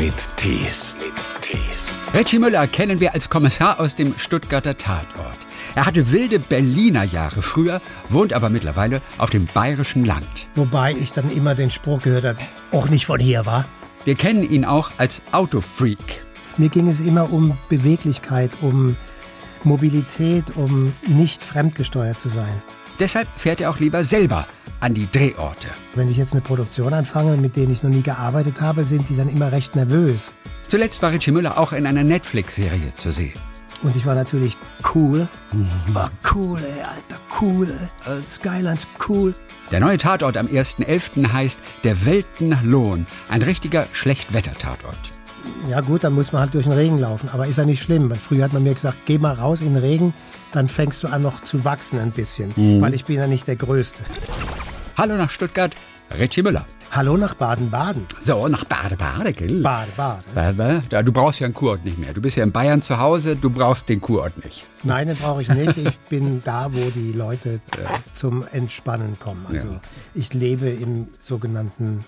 mit Tees. Ritchie Müller kennen wir als Kommissar aus dem Stuttgarter Tatort. Er hatte wilde Berliner Jahre früher, wohnt aber mittlerweile auf dem bayerischen Land. Wobei ich dann immer den Spruch gehört habe, auch nicht von hier, wa? Wir kennen ihn auch als Autofreak. Mir ging es immer um Beweglichkeit, um Mobilität, um nicht fremdgesteuert zu sein. Deshalb fährt er auch lieber selber an die Drehorte. Wenn ich jetzt eine Produktion anfange, mit denen ich noch nie gearbeitet habe, sind die dann immer recht nervös. Zuletzt war Ritchie Müller auch in einer Netflix-Serie zu sehen. Und ich war natürlich cool. War cool, ey, Alter, cool, ey. Skylands cool. Der neue Tatort am 1.11. heißt Der Weltenlohn. Ein richtiger Schlechtwetter-Tatort. Ja gut, dann muss man halt durch den Regen laufen. Aber ist ja nicht schlimm. Weil früher hat man mir gesagt, geh mal raus in den Regen, dann fängst du an noch zu wachsen ein bisschen. Weil ich bin ja nicht der Größte. Hallo nach Stuttgart, Ritchie Müller. Hallo nach Baden-Baden. So, nach Bade, gell? Bade. Du brauchst ja einen Kurort nicht mehr. Du bist ja in Bayern zu Hause, du brauchst den Kurort nicht. Nein, den brauche ich nicht. Ich bin da, wo die Leute zum Entspannen kommen. Also ich lebe im sogenannten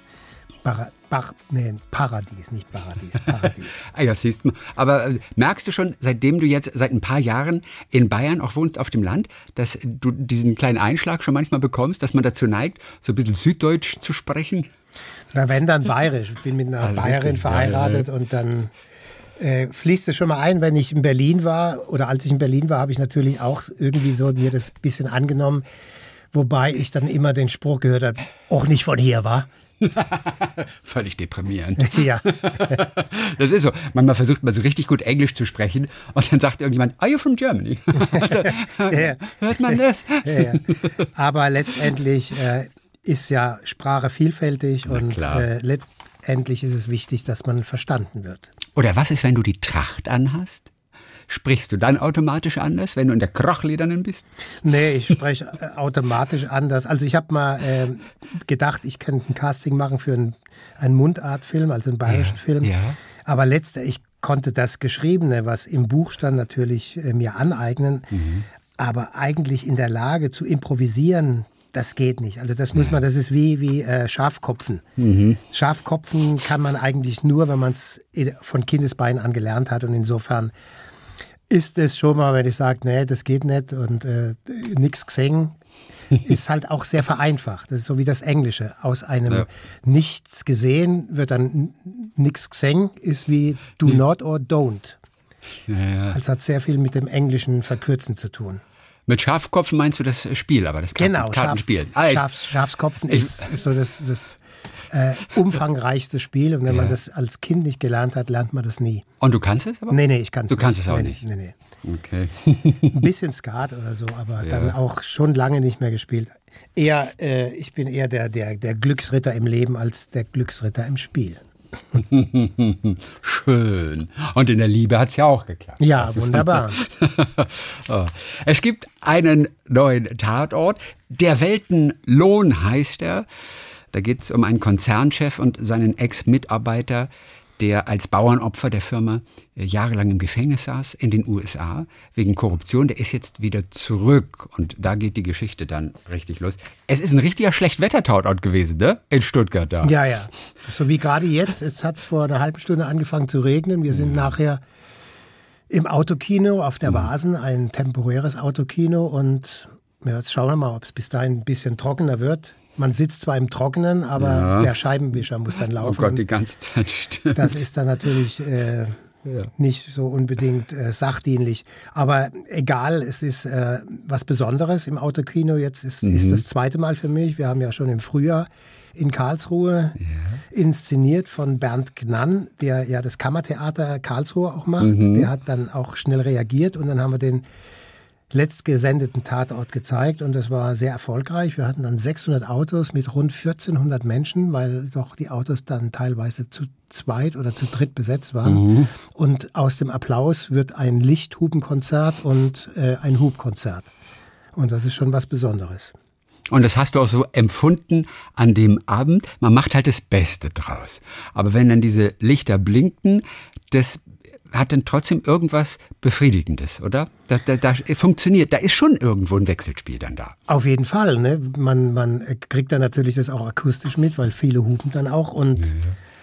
Paradies, nicht Paradies, Paradies. Ja, siehst du. Aber merkst du schon, seitdem du jetzt seit ein paar Jahren in Bayern auch wohnst auf dem Land, dass du diesen kleinen Einschlag schon manchmal bekommst, dass man dazu neigt, so ein bisschen Süddeutsch zu sprechen? Na, wenn dann bayerisch. Ich bin mit einer Bayerin verheiratet und dann fließt es schon mal ein, wenn ich in Berlin war oder als ich in Berlin war, habe ich natürlich auch irgendwie so mir das ein bisschen angenommen, wobei ich dann immer den Spruch gehört habe, auch nicht von hier, wa? Völlig deprimierend. Ja. Das ist so. Manchmal versucht man so richtig gut Englisch zu sprechen und dann sagt irgendjemand, are you from Germany? Also, hört man das? Ja. Aber letztendlich ist ja Sprache vielfältig und letztendlich ist es wichtig, dass man verstanden wird. Oder was ist, wenn du die Tracht anhast? Sprichst du dann automatisch anders, wenn du in der Krochledernen bist? Nee, ich spreche automatisch anders. Also ich habe mal gedacht, ich könnte ein Casting machen für einen Mundartfilm, also einen bayerischen Film. Ja. Aber letztendlich, ich konnte das Geschriebene, was im Buch stand, natürlich mir aneignen. Aber eigentlich in der Lage zu improvisieren, das geht nicht. Also das muss man, das ist wie Schafkopfen. Schafkopfen kann man eigentlich nur, wenn man es von Kindesbeinen an gelernt hat. Und insofern ist es schon mal, wenn ich sage, nee, das geht nicht und nix gesehen, ist halt auch sehr vereinfacht. Das ist so wie das Englische. Aus einem nichts gesehen wird dann nix gesehen, ist wie do not or don't. Ja. Also hat sehr viel mit dem englischen Verkürzen zu tun. Mit Schafkopf meinst du das Spiel, aber das Kartenspiel. Schafskopfen ist so das umfangreichste Spiel. Und wenn man das als Kind nicht gelernt hat, lernt man das nie. Und du kannst es aber? Nee, ich kann es nicht. Du kannst es auch nicht? Nee. Okay. Ein bisschen Skat oder so, aber dann auch schon lange nicht mehr gespielt. Ich bin eher der Glücksritter im Leben als der Glücksritter im Spiel. Schön. Und in der Liebe hat es ja auch geklappt. Ja, wunderbar. Es gibt einen neuen Tatort. Der Weltenlohn heißt er. Da geht es um einen Konzernchef und seinen Ex-Mitarbeiter, der als Bauernopfer der Firma jahrelang im Gefängnis saß in den USA wegen Korruption. Der ist jetzt wieder zurück und da geht die Geschichte dann richtig los. Es ist ein richtiger Schlechtwetter-Tatort gewesen, ne? In Stuttgart da. Ja. So wie gerade jetzt. Es hat vor einer halben Stunde angefangen zu regnen. Wir sind nachher im Autokino auf der Vasen, ein temporäres Autokino. Und jetzt schauen wir mal, ob es bis dahin ein bisschen trockener wird. Man sitzt zwar im Trockenen, aber der Scheibenwischer muss dann laufen. Oh Gott, die ganze Zeit stimmt. Das ist dann natürlich nicht so unbedingt sachdienlich. Aber egal, es ist was Besonderes im Autokino. Jetzt ist das zweite Mal für mich. Wir haben ja schon im Frühjahr in Karlsruhe inszeniert von Bernd Gnann, der ja das Kammertheater Karlsruhe auch macht. Der hat dann auch schnell reagiert und dann haben wir den letztgesendeten Tatort gezeigt und das war sehr erfolgreich. Wir hatten dann 600 Autos mit rund 1400 Menschen, weil doch die Autos dann teilweise zu zweit oder zu dritt besetzt waren. Und aus dem Applaus wird ein Lichthupenkonzert und ein Hubkonzert. Und das ist schon was Besonderes. Und das hast du auch so empfunden an dem Abend. Man macht halt das Beste draus. Aber wenn dann diese Lichter blinkten, das hat dann trotzdem irgendwas Befriedigendes, oder? Da funktioniert, da ist schon irgendwo ein Wechselspiel dann da. Auf jeden Fall, ne? Man kriegt dann natürlich das auch akustisch mit, weil viele hupen dann auch und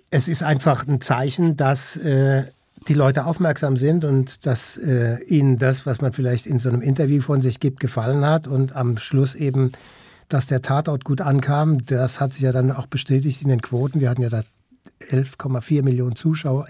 es ist einfach ein Zeichen, dass die Leute aufmerksam sind und dass ihnen das, was man vielleicht in so einem Interview von sich gibt, gefallen hat und am Schluss eben, dass der Tatort gut ankam. Das hat sich ja dann auch bestätigt in den Quoten. Wir hatten ja da 10,4 Millionen Zuschauer.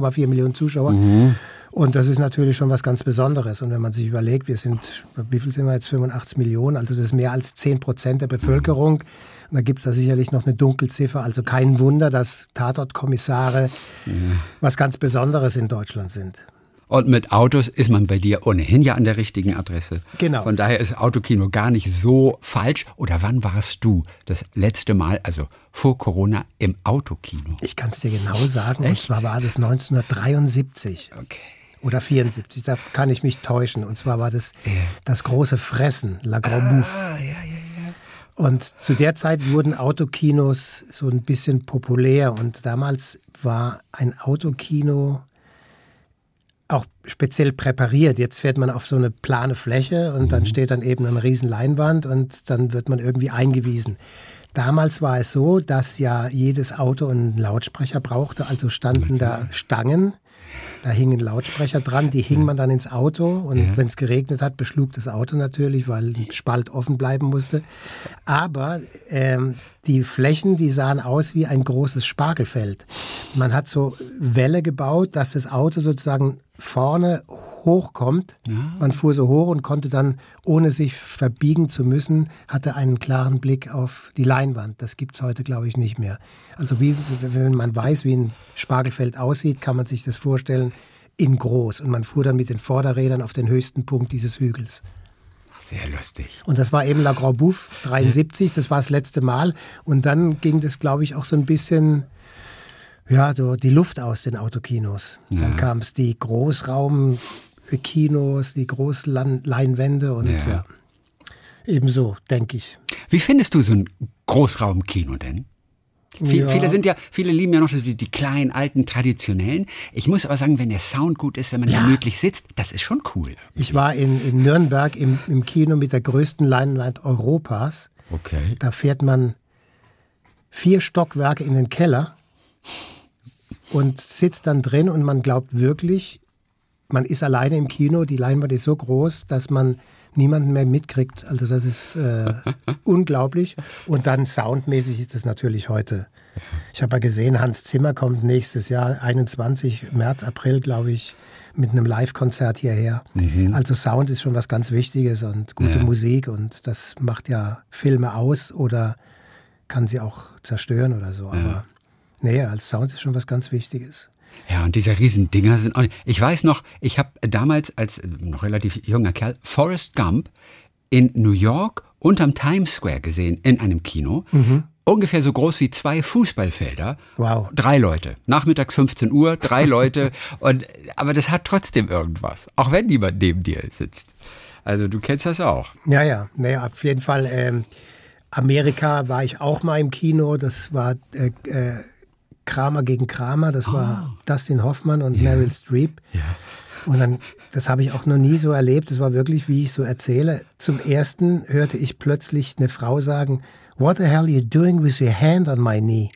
Und das ist natürlich schon was ganz Besonderes. Und wenn man sich überlegt, wie viel sind wir jetzt? 85 Millionen, also das ist mehr als 10% der Bevölkerung. Und da gibt es da sicherlich noch eine Dunkelziffer. Also kein Wunder, dass Tatortkommissare was ganz Besonderes in Deutschland sind. Und mit Autos ist man bei dir ohnehin ja an der richtigen Adresse. Genau. Von daher ist Autokino gar nicht so falsch. Oder wann warst du das letzte Mal, also vor Corona, im Autokino? Ich kann es dir genau sagen. Echt? Und zwar war das 1973. Okay. Oder 74, da kann ich mich täuschen. Und zwar war das das große Fressen, La Grand Bouffe. Und zu der Zeit wurden Autokinos so ein bisschen populär. Und damals war ein Autokino auch speziell präpariert. Jetzt fährt man auf so eine plane Fläche und dann steht dann eben eine riesen Leinwand und dann wird man irgendwie eingewiesen. Damals war es so, dass ja jedes Auto einen Lautsprecher brauchte, also standen da Stangen, da hingen Lautsprecher dran, die hing man dann ins Auto und wenn es geregnet hat, beschlug das Auto natürlich, weil ein Spalt offen bleiben musste. Aber die Flächen, die sahen aus wie ein großes Spargelfeld. Man hat so Wälle gebaut, dass das Auto sozusagen vorne hochkommt. Ja. Man fuhr so hoch und konnte dann, ohne sich verbiegen zu müssen, hatte einen klaren Blick auf die Leinwand. Das gibt's heute, glaube ich, nicht mehr. Also wenn man weiß, wie ein Spargelfeld aussieht, kann man sich das vorstellen in groß. Und man fuhr dann mit den Vorderrädern auf den höchsten Punkt dieses Hügels. Sehr lustig. Und das war eben La Grand Bouffe 73, das war das letzte Mal. Und dann ging das, glaube ich, auch so ein bisschen... Ja, so die Luft aus den Autokinos. Ja. Dann kam es die Großraumkinos, die Großleinwände und ebenso, denke ich. Wie findest du so ein Großraumkino denn? Viele lieben ja noch so die kleinen, alten, traditionellen. Ich muss aber sagen, wenn der Sound gut ist, wenn man gemütlich sitzt, das ist schon cool. Ich war in Nürnberg im Kino mit der größten Leinwand Europas. Okay. Da fährt man 4 Stockwerke in den Keller und sitzt dann drin und man glaubt wirklich, man ist alleine im Kino, die Leinwand ist so groß, dass man niemanden mehr mitkriegt. Also das ist unglaublich. Und dann soundmäßig ist das natürlich heute. Ich habe ja gesehen, Hans Zimmer kommt nächstes Jahr, 21. März, April, glaube ich, mit einem Live-Konzert hierher. Mhm. Also Sound ist schon was ganz Wichtiges und gute Musik und das macht ja Filme aus oder kann sie auch zerstören oder so. Aber nee, als Sound ist schon was ganz Wichtiges. Ja, und diese riesen Dinger sind auch nicht. Ich weiß noch, ich habe damals als noch relativ junger Kerl Forrest Gump in New York unterm Times Square gesehen, in einem Kino. Mhm. Ungefähr so groß wie 2 Fußballfelder. Wow. 3 Leute. Nachmittags 15 Uhr, 3 Leute. Aber das hat trotzdem irgendwas. Auch wenn niemand neben dir sitzt. Also du kennst das auch. Ja. Naja, auf jeden Fall. Amerika war ich auch mal im Kino. Das war Kramer gegen Kramer. Das war Dustin Hoffmann und Meryl Streep. Ja. Und dann, das habe ich auch noch nie so erlebt. Das war wirklich, wie ich so erzähle. Zum Ersten hörte ich plötzlich eine Frau sagen, "What the hell are you doing with your hand on my knee?"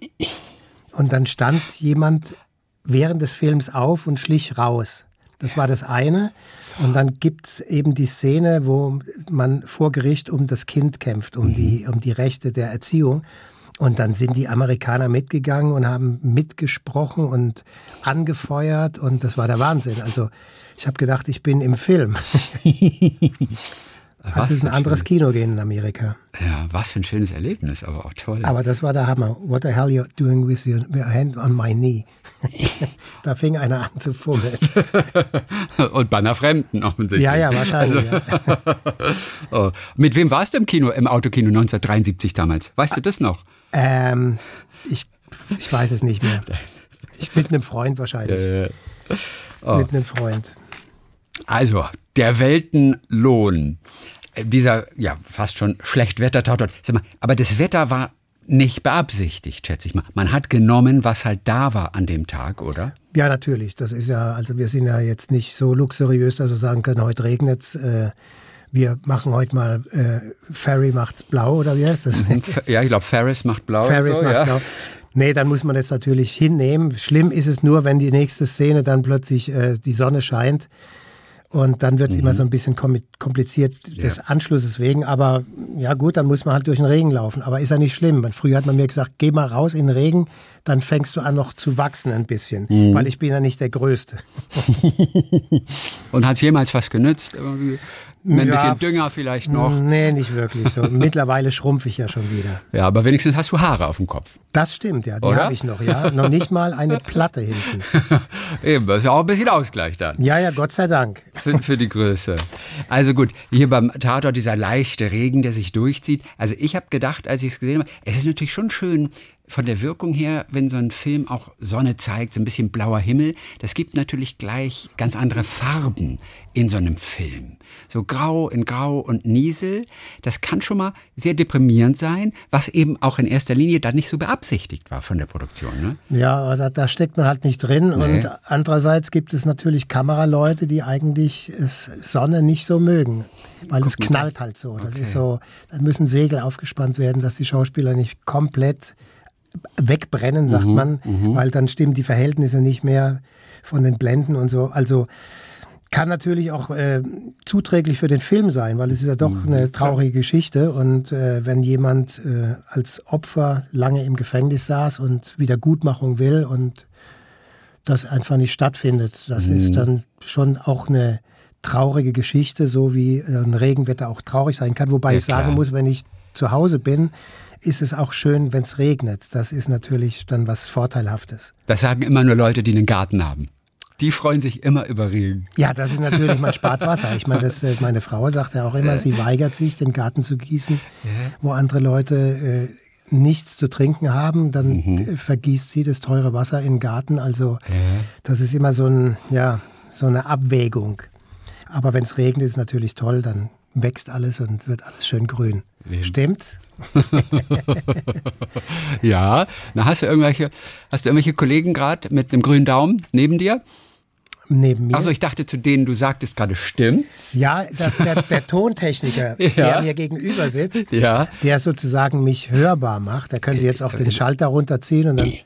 Und dann stand jemand während des Films auf und schlich raus. Das war das eine. Und dann gibt's eben die Szene, wo man vor Gericht um das Kind kämpft, um die Rechte der Erziehung. Und dann sind die Amerikaner mitgegangen und haben mitgesprochen und angefeuert. Und das war der Wahnsinn. Also ich habe gedacht, ich bin im Film. Also es ist ein anderes Kino gehen in Amerika. Ja, was für ein schönes Erlebnis, aber auch toll. Aber das war der Hammer. What the hell are you doing with your hand on my knee? Da fing einer an zu fummeln. Und bei einer Fremden offensichtlich. Ja, wahrscheinlich. Also, oh. Mit wem warst du im Autokino 1973 damals? Weißt du das noch? Ich weiß es nicht mehr. Mit einem Freund wahrscheinlich. Mit einem Freund. Also, der Weltenlohn. Dieser, fast schon Schlechtwetter-Tatort. Aber das Wetter war nicht beabsichtigt, schätze ich mal. Man hat genommen, was halt da war an dem Tag, oder? Ja, natürlich. Das ist ja, also wir sind ja jetzt nicht so luxuriös, dass wir sagen können, heute regnet's. Wir machen heute mal Ferry macht blau, oder wie heißt das? Ja, ich glaube, Ferris macht blau. Ferris macht blau. Nee, dann muss man das natürlich hinnehmen. Schlimm ist es nur, wenn die nächste Szene dann plötzlich die Sonne scheint. Und dann wird es immer so ein bisschen kompliziert des Anschlusses wegen. Aber ja gut, dann muss man halt durch den Regen laufen. Aber ist ja nicht schlimm. Früher hat man mir gesagt, geh mal raus in den Regen, dann fängst du an noch zu wachsen ein bisschen. Weil ich bin ja nicht der Größte. Und hat es jemals was genützt? Ein bisschen Dünger vielleicht noch? Nee, nicht wirklich. So. Mittlerweile schrumpfe ich ja schon wieder. Ja, aber wenigstens hast du Haare auf dem Kopf. Das stimmt, ja. Die habe ich noch, ja. Noch nicht mal eine Platte hinten. Eben, das ist ja auch ein bisschen Ausgleich dann. Ja, Gott sei Dank. Für die Größe. Also gut, hier beim Tatort dieser leichte Regen, der sich durchzieht. Also ich habe gedacht, als ich es gesehen habe, es ist natürlich schon schön, von der Wirkung her, wenn so ein Film auch Sonne zeigt, so ein bisschen blauer Himmel, das gibt natürlich gleich ganz andere Farben in so einem Film. So Grau in Grau und Niesel, das kann schon mal sehr deprimierend sein, was eben auch in erster Linie dann nicht so beabsichtigt war von der Produktion. Ne? Ja, aber da steckt man halt nicht drin. Nee. Und andererseits gibt es natürlich Kameraleute, die eigentlich Sonne nicht so mögen. Weil es knallt halt so. Das ist so, dann müssen Segel aufgespannt werden, dass die Schauspieler nicht komplett wegbrennen, sagt man, weil dann stimmen die Verhältnisse nicht mehr von den Blenden und so. Also kann natürlich auch zuträglich für den Film sein, weil es ist ja doch eine traurige Geschichte. Und wenn jemand als Opfer lange im Gefängnis saß und Wiedergutmachung will und das einfach nicht stattfindet, das ist dann schon auch eine traurige Geschichte, so wie ein Regenwetter auch traurig sein kann. Wobei ich sagen muss, wenn ich zu Hause bin, ist es auch schön, wenn es regnet. Das ist natürlich dann was Vorteilhaftes. Das sagen immer nur Leute, die einen Garten haben. Die freuen sich immer über Regen. Ja, das ist natürlich, man spart Wasser. Ich meine, meine Frau sagt ja auch immer, sie weigert sich, den Garten zu gießen, wo andere Leute nichts zu trinken haben. Dann vergießt sie das teure Wasser in den Garten. Also das ist immer so eine Abwägung. Aber wenn es regnet, ist es natürlich toll, dann wächst alles und wird alles schön grün. Stimmt's? Ja, na hast du irgendwelche Kollegen gerade mit einem grünen Daumen neben dir? Neben mir? Also ich dachte, zu denen du sagtest gerade, stimmt's? Ja, dass der Tontechniker, der mir gegenüber sitzt, der sozusagen mich hörbar macht, der könnte jetzt auch den Schalter runterziehen und dann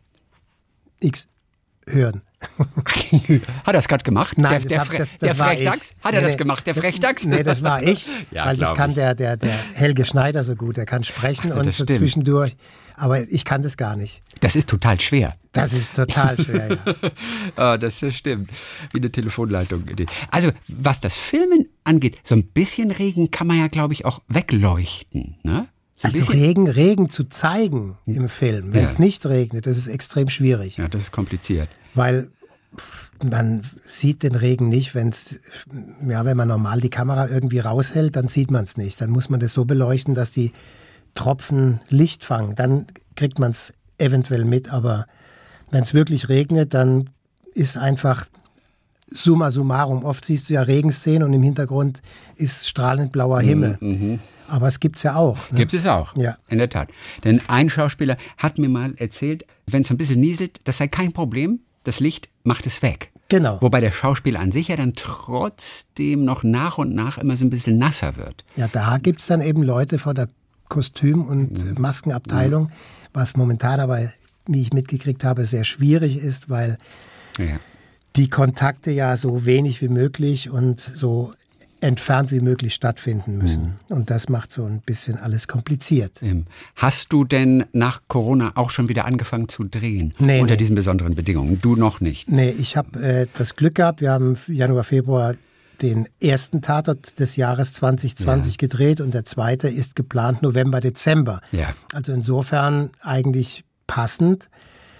X hören. Hat er es gerade gemacht? Nein, der Frechdachs? Hat er das gemacht, der Frechdachs? Nee, das war ich, weil das kann der Helge Schneider so gut. Der kann sprechen und so zwischendurch. Aber ich kann das gar nicht. Das ist total schwer. Das ist total schwer, ja. Das stimmt. Wie eine Telefonleitung. Also, was das Filmen angeht, so ein bisschen Regen kann man ja, glaube ich, auch wegleuchten, ne? So also Regen zu zeigen im Film, wenn es nicht regnet, das ist extrem schwierig. Ja, das ist kompliziert. Weil man sieht den Regen nicht, wenn man normal die Kamera irgendwie raushält, dann sieht man es nicht. Dann muss man das so beleuchten, dass die Tropfen Licht fangen. Dann kriegt man es eventuell mit, aber wenn es wirklich regnet, dann ist einfach summa summarum. Oft siehst du ja Regenszenen und im Hintergrund ist strahlend blauer Himmel. Aber es gibt's ja auch. Ne? Gibt es auch, ja. In der Tat. Denn ein Schauspieler hat mir mal erzählt, wenn es ein bisschen nieselt, das sei kein Problem, das Licht macht es weg. Genau. Wobei der Schauspieler an sich ja dann trotzdem noch nach und nach immer so ein bisschen nasser wird. Ja, da gibt's dann eben Leute vor der Kostüm- und Maskenabteilung, was momentan aber, wie ich mitgekriegt habe, sehr schwierig ist, weil die Kontakte ja so wenig wie möglich und so entfernt wie möglich stattfinden müssen. Und das macht so ein bisschen alles kompliziert. Hast du denn nach Corona auch schon wieder angefangen zu drehen? Unter diesen besonderen Bedingungen? Du noch nicht? Nee, ich habe das Glück gehabt, wir haben Januar, Februar den ersten Tatort des Jahres 2020 gedreht und der zweite ist geplant November, Dezember. Ja. Also insofern eigentlich passend.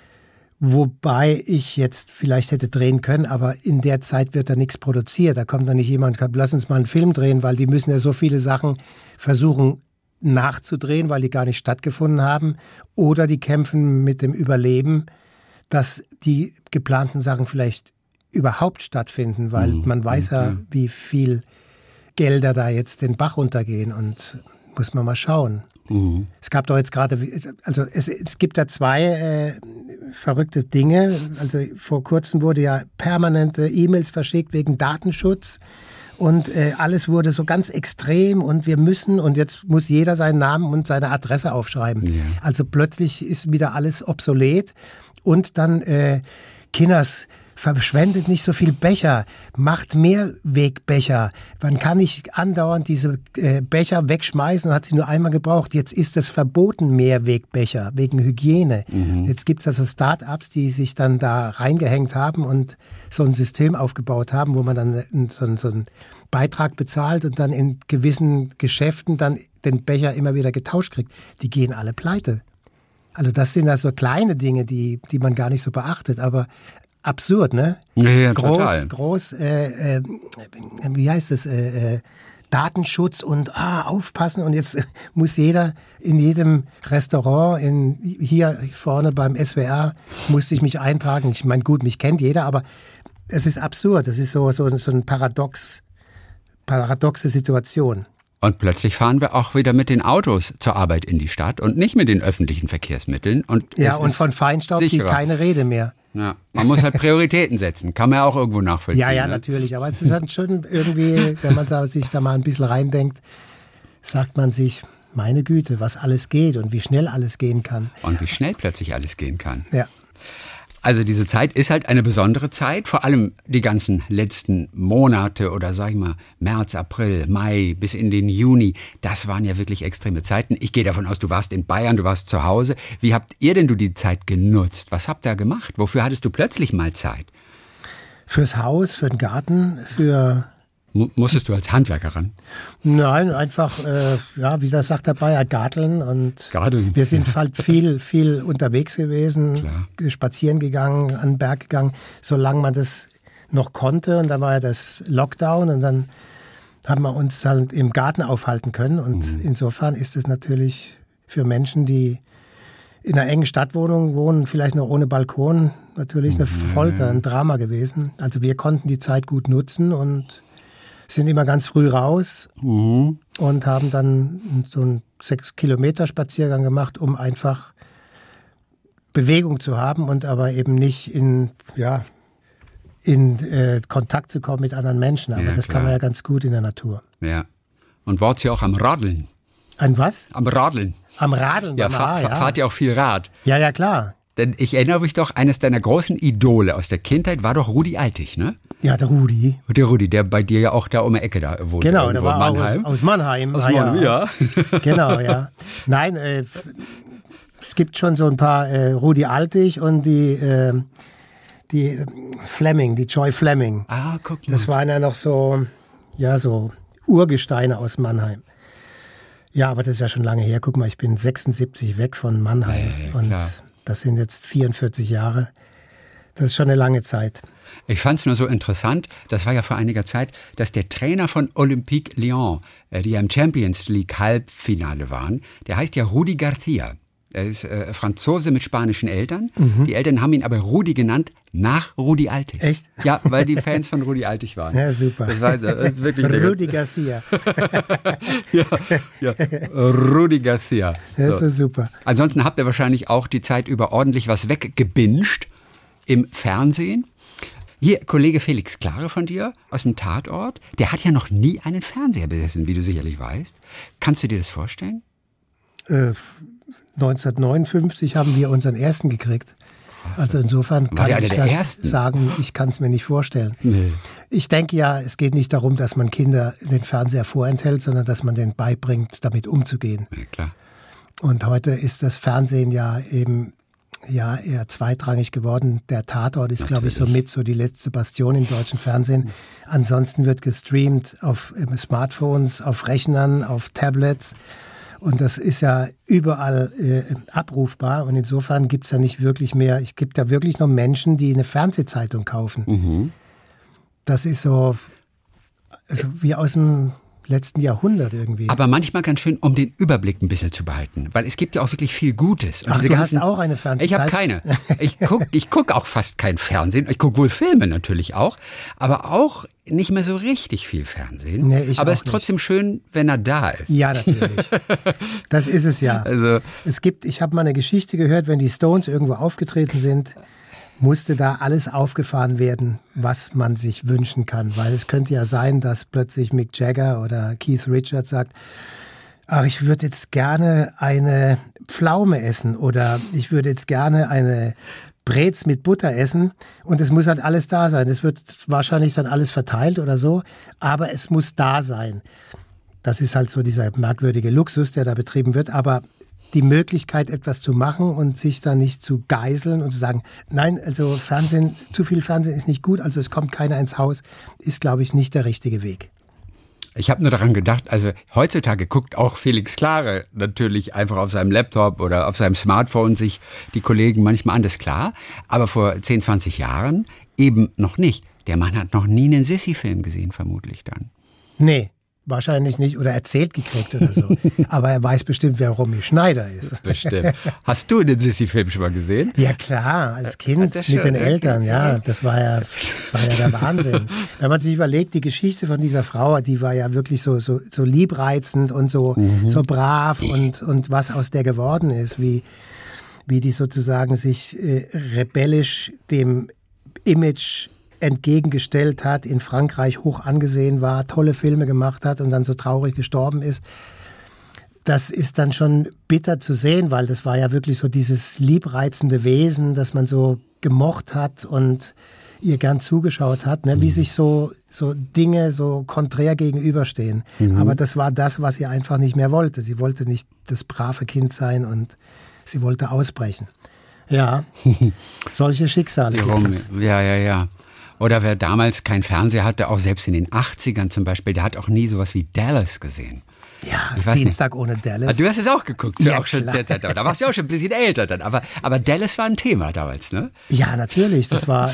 Wobei ich jetzt vielleicht hätte drehen können, aber in der Zeit wird da nichts produziert. Da kommt dann nicht jemand, lass uns mal einen Film drehen, weil die müssen ja so viele Sachen versuchen nachzudrehen, weil die gar nicht stattgefunden haben. Oder die kämpfen mit dem Überleben, dass die geplanten Sachen vielleicht überhaupt stattfinden, weil man weiß ja, wie viel Gelder da jetzt den Bach runtergehen und muss man mal schauen. Es gab doch jetzt gerade, also es gibt da zwei verrückte Dinge. Also vor kurzem wurde ja permanente E-Mails verschickt wegen Datenschutz und alles wurde so ganz extrem und wir müssen und jetzt muss jeder seinen Namen und seine Adresse aufschreiben. Ja. Also plötzlich ist wieder alles obsolet und dann Kinders, verschwendet nicht so viel Becher, macht Mehrwegbecher. Man kann nicht andauernd diese Becher wegschmeißen und hat sie nur einmal gebraucht. Jetzt ist es verboten, Mehrwegbecher, wegen Hygiene. Jetzt gibt es also Start-ups, die sich dann da reingehängt haben und so ein System aufgebaut haben, wo man dann so einen Beitrag bezahlt und dann in gewissen Geschäften dann den Becher immer wieder getauscht kriegt. Die gehen alle pleite. Also das sind also kleine Dinge, die man gar nicht so beachtet, aber absurd, ne? Ja, groß, wie heißt es, Datenschutz und aufpassen und jetzt muss jeder in jedem Restaurant, hier vorne beim SWR, musste ich mich eintragen. Ich meine, gut, mich kennt jeder, aber es ist absurd. Das ist so ein paradoxe Situation. Und plötzlich fahren wir auch wieder mit den Autos zur Arbeit in die Stadt und nicht mit den öffentlichen Verkehrsmitteln. Und von Feinstaub gibt keine Rede mehr. Ja, man muss halt Prioritäten setzen, kann man ja auch irgendwo nachvollziehen. Ja, natürlich, aber es ist halt schon irgendwie, wenn man sich da mal ein bisschen reindenkt, sagt man sich, meine Güte, was alles geht und wie schnell alles gehen kann. Und wie schnell plötzlich alles gehen kann. Ja. Also diese Zeit ist halt eine besondere Zeit, vor allem die ganzen letzten Monate oder sag ich mal März, April, Mai bis in den Juni. Das waren ja wirklich extreme Zeiten. Ich gehe davon aus, du warst in Bayern, du warst zu Hause. Wie habt ihr denn die Zeit genutzt? Was habt ihr gemacht? Wofür hattest du plötzlich mal Zeit? Fürs Haus, für den Garten, für... Musstest du als Handwerker ran? Nein, einfach, wie das sagt der Bayer, garteln. Und garteln. Wir sind halt viel unterwegs gewesen, Klar. Spazieren gegangen, an den Berg gegangen, solange man das noch konnte. Und dann war ja das Lockdown und dann haben wir uns halt im Garten aufhalten können. Und insofern ist es natürlich für Menschen, die in einer engen Stadtwohnung wohnen, vielleicht noch ohne Balkon, natürlich eine Folter, ein Drama gewesen. Also wir konnten die Zeit gut nutzen und sind immer ganz früh raus und haben dann so einen 6-Kilometer-Spaziergang gemacht, um einfach Bewegung zu haben und aber eben nicht in Kontakt zu kommen mit anderen Menschen. Aber das kann man ja ganz gut in der Natur. Ja. Und wart ihr auch am Radeln? An was? Am Radeln. Am Radeln? Ja, fahrt ihr auch viel Rad? Ja, klar. Denn ich erinnere mich doch, eines deiner großen Idole aus der Kindheit war doch Rudi Altig, ne? Ja, der Rudi. Der Rudi, der bei dir ja auch da um die Ecke da wohnt. Genau, der war Mannheim. Aus Mannheim. Aus Mannheim, ja. Genau, ja. Nein, es gibt schon so ein paar Rudi Altig und die Fleming, die Joy Fleming. Ah, guck mal. Das waren ja noch so Urgesteine aus Mannheim. Ja, aber das ist ja schon lange her. Guck mal, ich bin 76 weg von Mannheim. Und das sind jetzt 44 Jahre. Das ist schon eine lange Zeit. Ich fand es nur so interessant, das war ja vor einiger Zeit, dass der Trainer von Olympique Lyon, die ja im Champions League Halbfinale waren, der heißt ja Rudi Garcia. Er ist Franzose mit spanischen Eltern. Die Eltern haben ihn aber Rudi genannt, nach Rudi Altig. Echt? Ja, weil die Fans von Rudi Altig waren. Ja, super. Das ist wirklich Rudi Garcia. ja, Rudi Garcia. Das ist super. Ansonsten habt ihr wahrscheinlich auch die Zeit über ordentlich was weggebinged im Fernsehen. Hier, Kollege Felix Klare von dir aus dem Tatort, der hat ja noch nie einen Fernseher besessen, wie du sicherlich weißt. Kannst du dir das vorstellen? 1959 haben wir unseren ersten gekriegt. Also insofern kann ich das sagen, ich kann es mir nicht vorstellen. Nee. Ich denke ja, es geht nicht darum, dass man Kinder den Fernseher vorenthält, sondern dass man denen beibringt, damit umzugehen. Ja, klar. Und heute ist das Fernsehen ja eben eher zweitrangig geworden. Der Tatort ist, glaube ich, somit so die letzte Bastion im deutschen Fernsehen. Ansonsten wird gestreamt auf Smartphones, auf Rechnern, auf Tablets. Und das ist ja überall abrufbar. Und insofern gibt es ja nicht wirklich mehr, es gibt ja wirklich noch Menschen, die eine Fernsehzeitung kaufen. Das ist so wie aus dem letzten Jahrhundert irgendwie. Aber manchmal ganz schön, um den Überblick ein bisschen zu behalten. Weil es gibt ja auch wirklich viel Gutes. Und ach, du hast auch eine Fernsehzeit? Ich habe keine. Ich guck auch fast kein Fernsehen. Ich gucke wohl Filme natürlich auch. Aber auch nicht mehr so richtig viel Fernsehen. Nee, aber es ist trotzdem schön, wenn er da ist. Ja, natürlich. Das ist es ja. Also, ich habe mal eine Geschichte gehört, wenn die Stones irgendwo aufgetreten sind, musste da alles aufgefahren werden, was man sich wünschen kann. Weil es könnte ja sein, dass plötzlich Mick Jagger oder Keith Richards sagt, ach, ich würde jetzt gerne eine Pflaume essen oder ich würde jetzt gerne eine Brez mit Butter essen und es muss halt alles da sein. Es wird wahrscheinlich dann alles verteilt oder so, aber es muss da sein. Das ist halt so dieser merkwürdige Luxus, der da betrieben wird, aber die Möglichkeit, etwas zu machen und sich da nicht zu geißeln und zu sagen, nein, also Fernsehen, zu viel Fernsehen ist nicht gut, also es kommt keiner ins Haus, ist, glaube ich, nicht der richtige Weg. Ich habe nur daran gedacht, also heutzutage guckt auch Felix Klare natürlich einfach auf seinem Laptop oder auf seinem Smartphone sich die Kollegen manchmal an, das ist klar. Aber vor 10, 20 Jahren eben noch nicht. Der Mann hat noch nie einen Sissi-Film gesehen, vermutlich dann. Nee, wahrscheinlich nicht oder erzählt gekriegt oder so. Aber er weiß bestimmt, wer Romy Schneider ist. Bestimmt. Hast du den Sissi-Film schon mal gesehen? Ja klar, als Kind mit den Eltern, ja. Das war ja der Wahnsinn. Wenn man sich überlegt, die Geschichte von dieser Frau, die war ja wirklich so liebreizend und so brav und was aus der geworden ist, wie die sozusagen sich rebellisch dem Image entgegengestellt hat, in Frankreich hoch angesehen war, tolle Filme gemacht hat und dann so traurig gestorben ist. Das ist dann schon bitter zu sehen, weil das war ja wirklich so dieses liebreizende Wesen, das man so gemocht hat und ihr gern zugeschaut hat, ne? Wie sich so Dinge so konträr gegenüberstehen. Aber das war das, was sie einfach nicht mehr wollte. Sie wollte nicht das brave Kind sein und sie wollte ausbrechen. Ja, solche Schicksale gibt es. Ja. Oder wer damals kein Fernseher hatte, auch selbst in den 80ern zum Beispiel, der hat auch nie sowas wie Dallas gesehen. Ja, Dienstag ohne Dallas. Du hast es auch geguckt, ja, auch schon da warst du auch schon ein bisschen älter dann. Aber Dallas war ein Thema damals, ne? Ja, natürlich. Das war,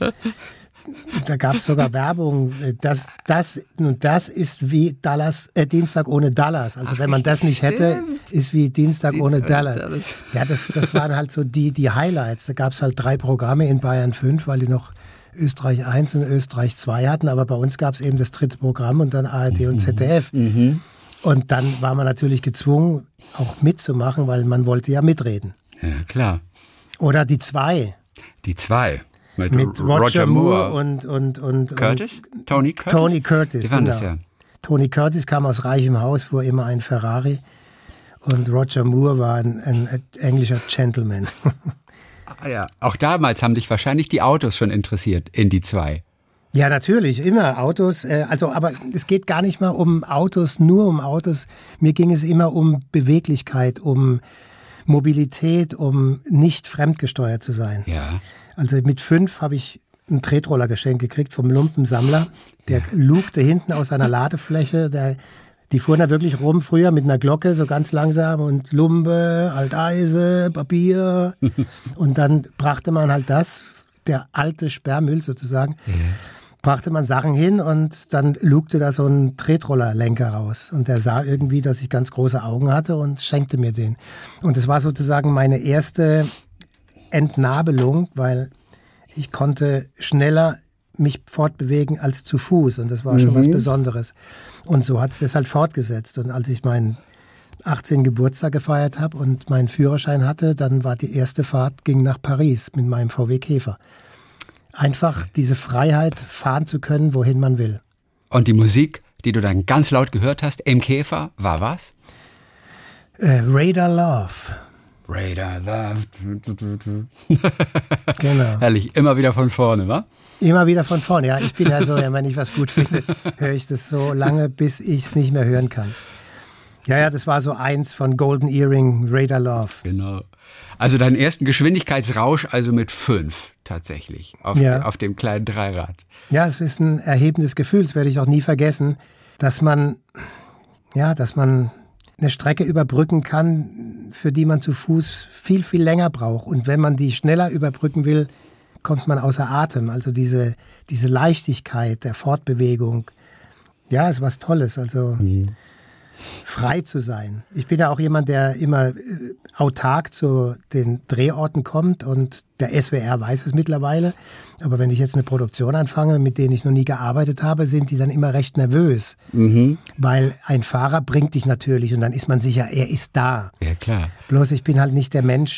da gab es sogar Werbung. Das ist wie Dienstag ohne Dallas. Also wenn man das nicht hätte, ist wie Dienstag ohne Dallas. Ja, das waren halt so die Highlights. Da gab es halt 3 Programme in Bayern 5, weil die noch Österreich 1 und Österreich 2 hatten, aber bei uns gab es eben das 3. Programm und dann ARD und ZDF. Und dann war man natürlich gezwungen, auch mitzumachen, weil man wollte ja mitreden. Ja, klar. Oder die 2. Die 2. Mit Roger Moore und Curtis? Tony Curtis? Tony Curtis, die waren genau. Das, ja. Tony Curtis kam aus reichem Haus, fuhr immer ein Ferrari und Roger Moore war ein englischer Gentleman. Ja, auch damals haben dich wahrscheinlich die Autos schon interessiert in die 2. Ja, natürlich, immer Autos. Aber es geht gar nicht mal um Autos, nur um Autos. Mir ging es immer um Beweglichkeit, um Mobilität, um nicht fremdgesteuert zu sein. Ja. Also mit 5 habe ich einen Tretroller geschenkt gekriegt vom Lumpensammler. Der lugte hinten aus einer Ladefläche, die fuhren da wirklich rum früher mit einer Glocke, so ganz langsam und Lumpe, Alteise, Papier. Und dann brachte man halt der alte Sperrmüll sozusagen, brachte man Sachen hin und dann lugte da so ein Tretrollerlenker raus. Und der sah irgendwie, dass ich ganz große Augen hatte und schenkte mir den. Und es war sozusagen meine erste Entnabelung, weil ich konnte schneller mich fortbewegen als zu Fuß und das war schon was Besonderes. Und so hat es das halt fortgesetzt. Und als ich meinen 18. Geburtstag gefeiert habe und meinen Führerschein hatte, dann war die erste Fahrt, ging nach Paris mit meinem VW Käfer. Einfach diese Freiheit, fahren zu können, wohin man will. Und die Musik, die du dann ganz laut gehört hast im Käfer, war was? Radar Love. Radar Love. Genau. Herrlich, immer wieder von vorne, wa? Immer wieder von vorne, ja. Ich bin ja so, wenn ich was gut finde, höre ich das so lange, bis ich es nicht mehr hören kann. Ja, das war so eins von Golden Earring, Radar Love. Genau. Also deinen ersten Geschwindigkeitsrausch, also mit 5 tatsächlich, auf dem kleinen Dreirad. Ja, es ist ein erhebendes Gefühl, das werde ich auch nie vergessen, dass man eine Strecke überbrücken kann, für die man zu Fuß viel, viel länger braucht. Und wenn man die schneller überbrücken will, kommt man außer Atem. Also diese Leichtigkeit der Fortbewegung, ja, ist was Tolles. Also frei zu sein. Ich bin ja auch jemand, der immer autark zu den Drehorten kommt und der SWR weiß es mittlerweile. Aber wenn ich jetzt eine Produktion anfange, mit denen ich noch nie gearbeitet habe, sind die dann immer recht nervös. Weil ein Fahrer bringt dich natürlich und dann ist man sicher, er ist da. Ja, klar. Bloß ich bin halt nicht der Mensch,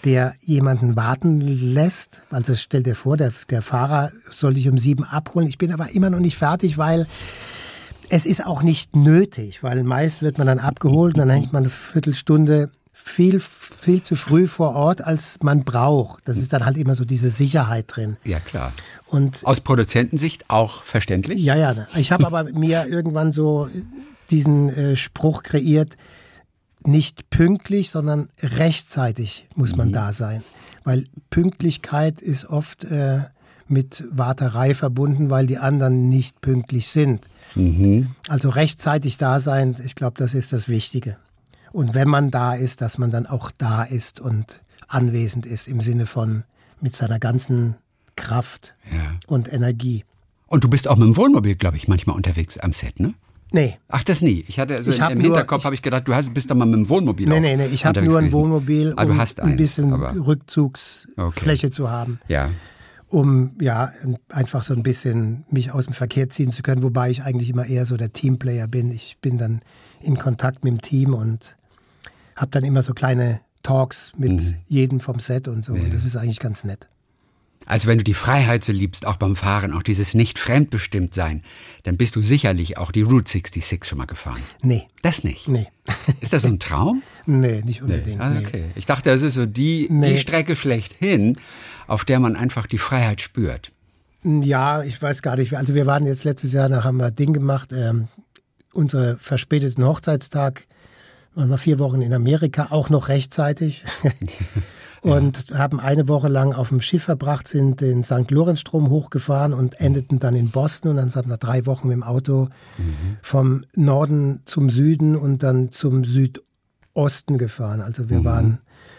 der jemanden warten lässt. Also stell dir vor, der Fahrer soll dich um 7 abholen. Ich bin aber immer noch nicht fertig, weil es ist auch nicht nötig, weil meist wird man dann abgeholt und dann hängt man eine Viertelstunde viel zu früh vor Ort, als man braucht. Das ist dann halt immer so diese Sicherheit drin. Ja, klar. Und aus Produzentensicht auch verständlich? Ja. Ich habe aber mir irgendwann so diesen Spruch kreiert, nicht pünktlich, sondern rechtzeitig muss man da sein. Weil Pünktlichkeit ist oft mit Warterei verbunden, weil die anderen nicht pünktlich sind. Also rechtzeitig da sein, ich glaube, das ist das Wichtige. Und wenn man da ist, dass man dann auch da ist und anwesend ist, im Sinne von mit seiner ganzen Kraft und Energie. Und du bist auch mit dem Wohnmobil, glaube ich, manchmal unterwegs am Set, ne? Nee. Ach, das nie. Ich hatte im Hinterkopf habe ich gedacht, du bist doch mal mit dem Wohnmobil Nee, ich habe nur ein Wohnmobil, um du hast ein bisschen aber Rückzugsfläche zu haben. Ja. Um einfach so ein bisschen mich aus dem Verkehr ziehen zu können, wobei ich eigentlich immer eher so der Teamplayer bin. Ich bin dann in Kontakt mit dem Team und habe dann immer so kleine Talks mit jedem vom Set und so. Und das ist eigentlich ganz nett. Also wenn du die Freiheit so liebst, auch beim Fahren, auch dieses nicht fremdbestimmt sein, dann bist du sicherlich auch die Route 66 schon mal gefahren. Nee. Das nicht? Nee. Ist das so ein Traum? Nee, nicht unbedingt. Nee. Ah, okay. Ich dachte, das ist so die Strecke schlechthin, auf der man einfach die Freiheit spürt. Ja, ich weiß gar nicht. Also wir waren jetzt letztes Jahr, da haben wir ein Ding gemacht, unsere verspäteten Hochzeitstag, waren wir 4 Wochen in Amerika, auch noch rechtzeitig. Und haben eine Woche lang auf dem Schiff verbracht, sind den St. Lorenzstrom hochgefahren und endeten dann in Boston. Und dann haben wir 3 Wochen mit dem Auto vom Norden zum Süden und dann zum Südosten gefahren. Also wir waren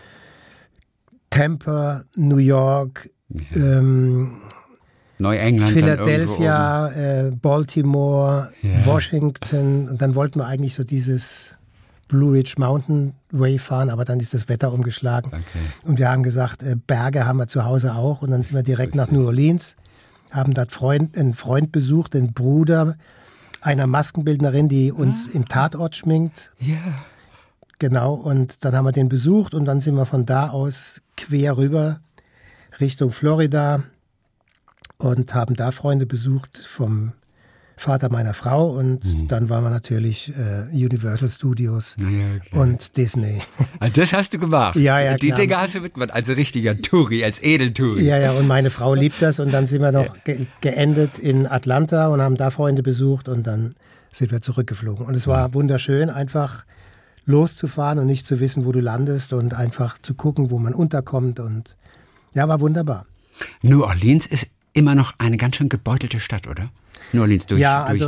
Tampa, New York, Neuengland, Philadelphia, Baltimore, Washington. Und dann wollten wir eigentlich so dieses Blue Ridge Mountain Way fahren, aber dann ist das Wetter umgeschlagen. Okay. Und wir haben gesagt, Berge haben wir zu Hause auch. Und dann sind wir direkt nach New Orleans, haben dort einen Freund besucht, den Bruder einer Maskenbildnerin, die uns im Tatort schminkt. Ja. Genau, und dann haben wir den besucht und dann sind wir von da aus quer rüber Richtung Florida und haben da Freunde besucht vom Vater meiner Frau und dann waren wir natürlich Universal Studios und Disney. Also das hast du gemacht? Ja, die Dinge hast du mitgemacht, als richtiger Touri, als Edeltouri. Ja, und meine Frau liebt das und dann sind wir noch geendet in Atlanta und haben da Freunde besucht und dann sind wir zurückgeflogen. Und es war wunderschön, einfach loszufahren und nicht zu wissen, wo du landest und einfach zu gucken, wo man unterkommt und ja, war wunderbar. New Orleans ist immer noch eine ganz schön gebeutelte Stadt, oder? New Orleans durch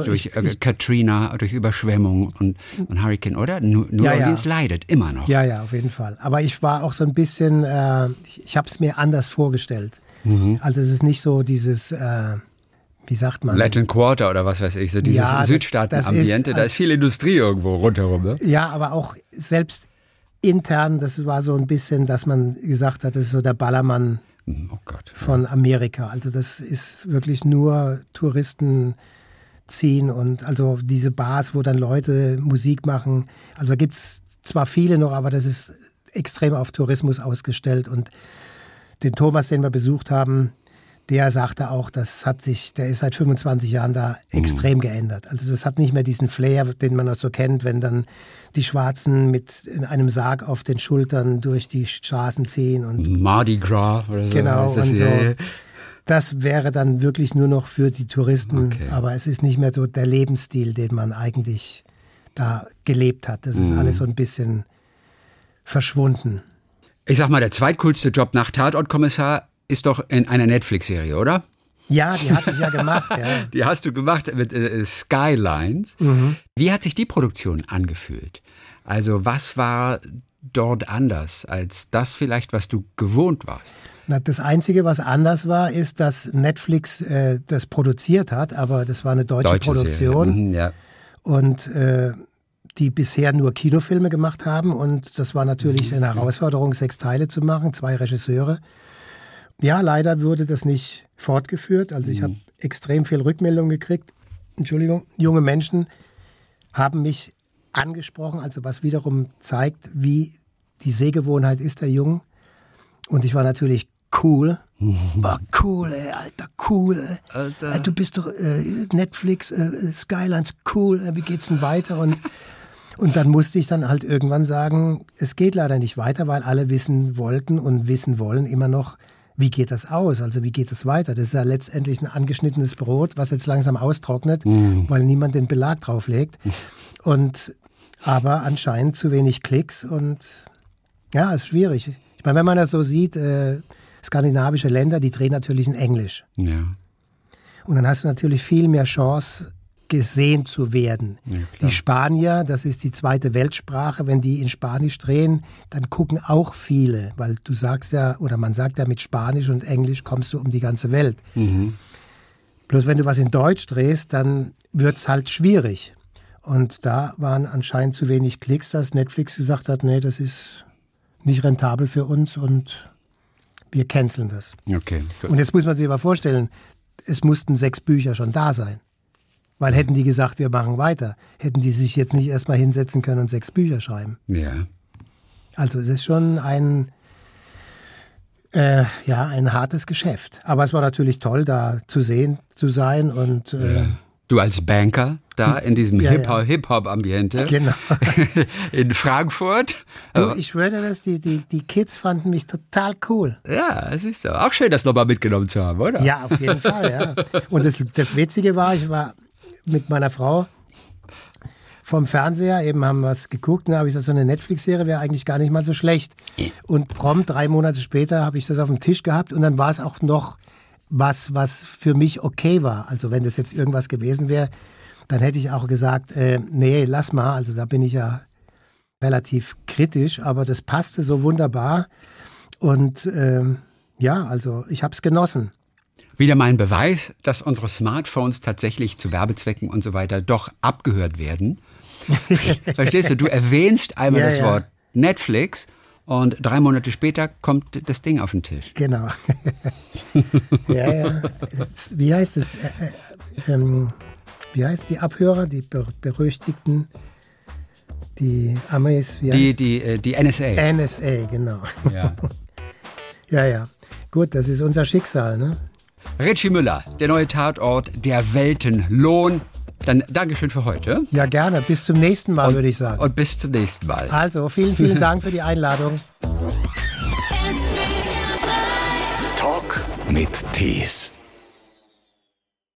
Katrina, durch Überschwemmung und Hurricane, oder? New Orleans leidet immer noch. Ja, auf jeden Fall. Aber ich war auch so ein bisschen, ich habe es mir anders vorgestellt. Also es ist nicht so dieses, wie sagt man? Latin Quarter oder was weiß ich, so dieses Südstaaten-Ambiente, da ist viel Industrie irgendwo rundherum. Ne? Ja, aber auch selbst intern, das war so ein bisschen, dass man gesagt hat, das ist so der Ballermann von Amerika. Also das ist wirklich nur Touristen ziehen und also diese Bars, wo dann Leute Musik machen. Also da gibt es zwar viele noch, aber das ist extrem auf Tourismus ausgestellt. Und den Thomas, den wir besucht haben, der sagte auch, der ist seit 25 Jahren da extrem geändert. Also das hat nicht mehr diesen Flair, den man auch so kennt, wenn dann die Schwarzen mit in einem Sarg auf den Schultern durch die Straßen ziehen. Und Mardi Gras oder so. Genau, und so. Das wäre dann wirklich nur noch für die Touristen, aber es ist nicht mehr so der Lebensstil, den man eigentlich da gelebt hat. Das ist alles so ein bisschen verschwunden. Ich sag mal, der zweitcoolste Job nach Tatortkommissar ist doch in einer Netflix-Serie, oder? Ja, die hatte ich ja gemacht. Ja. Die hast du gemacht mit Skylines. Wie hat sich die Produktion angefühlt? Also was war dort anders als das vielleicht, was du gewohnt warst? Na, das Einzige, was anders war, ist, dass Netflix das produziert hat, aber das war eine deutsche Produktion. Ja. Und die bisher nur Kinofilme gemacht haben. Und das war natürlich eine Herausforderung, 6 Teile zu machen, 2 Regisseure. Ja, leider wurde das nicht fortgeführt. Also ich habe extrem viel Rückmeldung gekriegt. Entschuldigung, junge Menschen haben mich angesprochen, also was wiederum zeigt, wie die Sehgewohnheit ist der Jungen. Und ich war natürlich cool. War cool, ey, Alter, cool. Alter. Du bist doch Netflix, Skylines, cool. Wie geht's denn weiter? Und dann musste ich dann halt irgendwann sagen, es geht leider nicht weiter, weil alle wissen wollten und wissen wollen immer noch, wie geht das aus? Also wie geht das weiter? Das ist ja letztendlich ein angeschnittenes Brot, was jetzt langsam austrocknet, weil niemand den Belag drauflegt. Aber anscheinend zu wenig Klicks und ja, ist schwierig. Ich meine, wenn man das so sieht, skandinavische Länder, die drehen natürlich in Englisch. Ja. Und dann hast du natürlich viel mehr Chance, gesehen zu werden. Ja, die Spanier, das ist die zweite Weltsprache, wenn die in Spanisch drehen, dann gucken auch viele, weil du sagst ja, oder man sagt ja, mit Spanisch und Englisch kommst du um die ganze Welt. Bloß wenn du was in Deutsch drehst, dann wird's halt schwierig. Und da waren anscheinend zu wenig Klicks, dass Netflix gesagt hat, nee, das ist nicht rentabel für uns und wir canceln das. Okay, gut. Und jetzt muss man sich aber vorstellen, es mussten 6 Bücher schon da sein. Weil hätten die gesagt, wir machen weiter, hätten die sich jetzt nicht erstmal hinsetzen können und 6 Bücher schreiben. Ja. Also es ist schon ein hartes Geschäft. Aber es war natürlich toll, da zu sein und du als Banker da in diesem Hip-Hop-Ambiente genau. in Frankfurt. Du, ich schwöre dir das, die Kids fanden mich total cool. Ja, es ist auch schön, das nochmal mitgenommen zu haben, oder? Ja, auf jeden Fall, ja. Und das Witzige war, ich war mit meiner Frau vom Fernseher, eben haben wir was geguckt, da habe ich gesagt, so eine Netflix-Serie wäre eigentlich gar nicht mal so schlecht. Und prompt 3 Monate später habe ich das auf dem Tisch gehabt und dann war es auch noch was für mich okay war. Also wenn das jetzt irgendwas gewesen wäre, dann hätte ich auch gesagt, nee, lass mal. Also da bin ich ja relativ kritisch, aber das passte so wunderbar. Und also ich habe es genossen. Wieder mal ein Beweis, dass unsere Smartphones tatsächlich zu Werbezwecken und so weiter doch abgehört werden. Verstehst du? Du erwähnst einmal das Wort Netflix und 3 Monate später kommt das Ding auf den Tisch. Genau. Ja. Wie heißt es? Wie heißen die Abhörer, die berüchtigten, die Amis? Die NSA. NSA, genau. Ja. Ja. Gut, das ist unser Schicksal, ne? Richie Müller, der neue Tatort, der Weltenlohn. Dann Dankeschön für heute. Ja, gerne. Bis zum nächsten Mal, würde ich sagen. Und bis zum nächsten Mal. Also, vielen Dank für die Einladung. Talk mit Tees.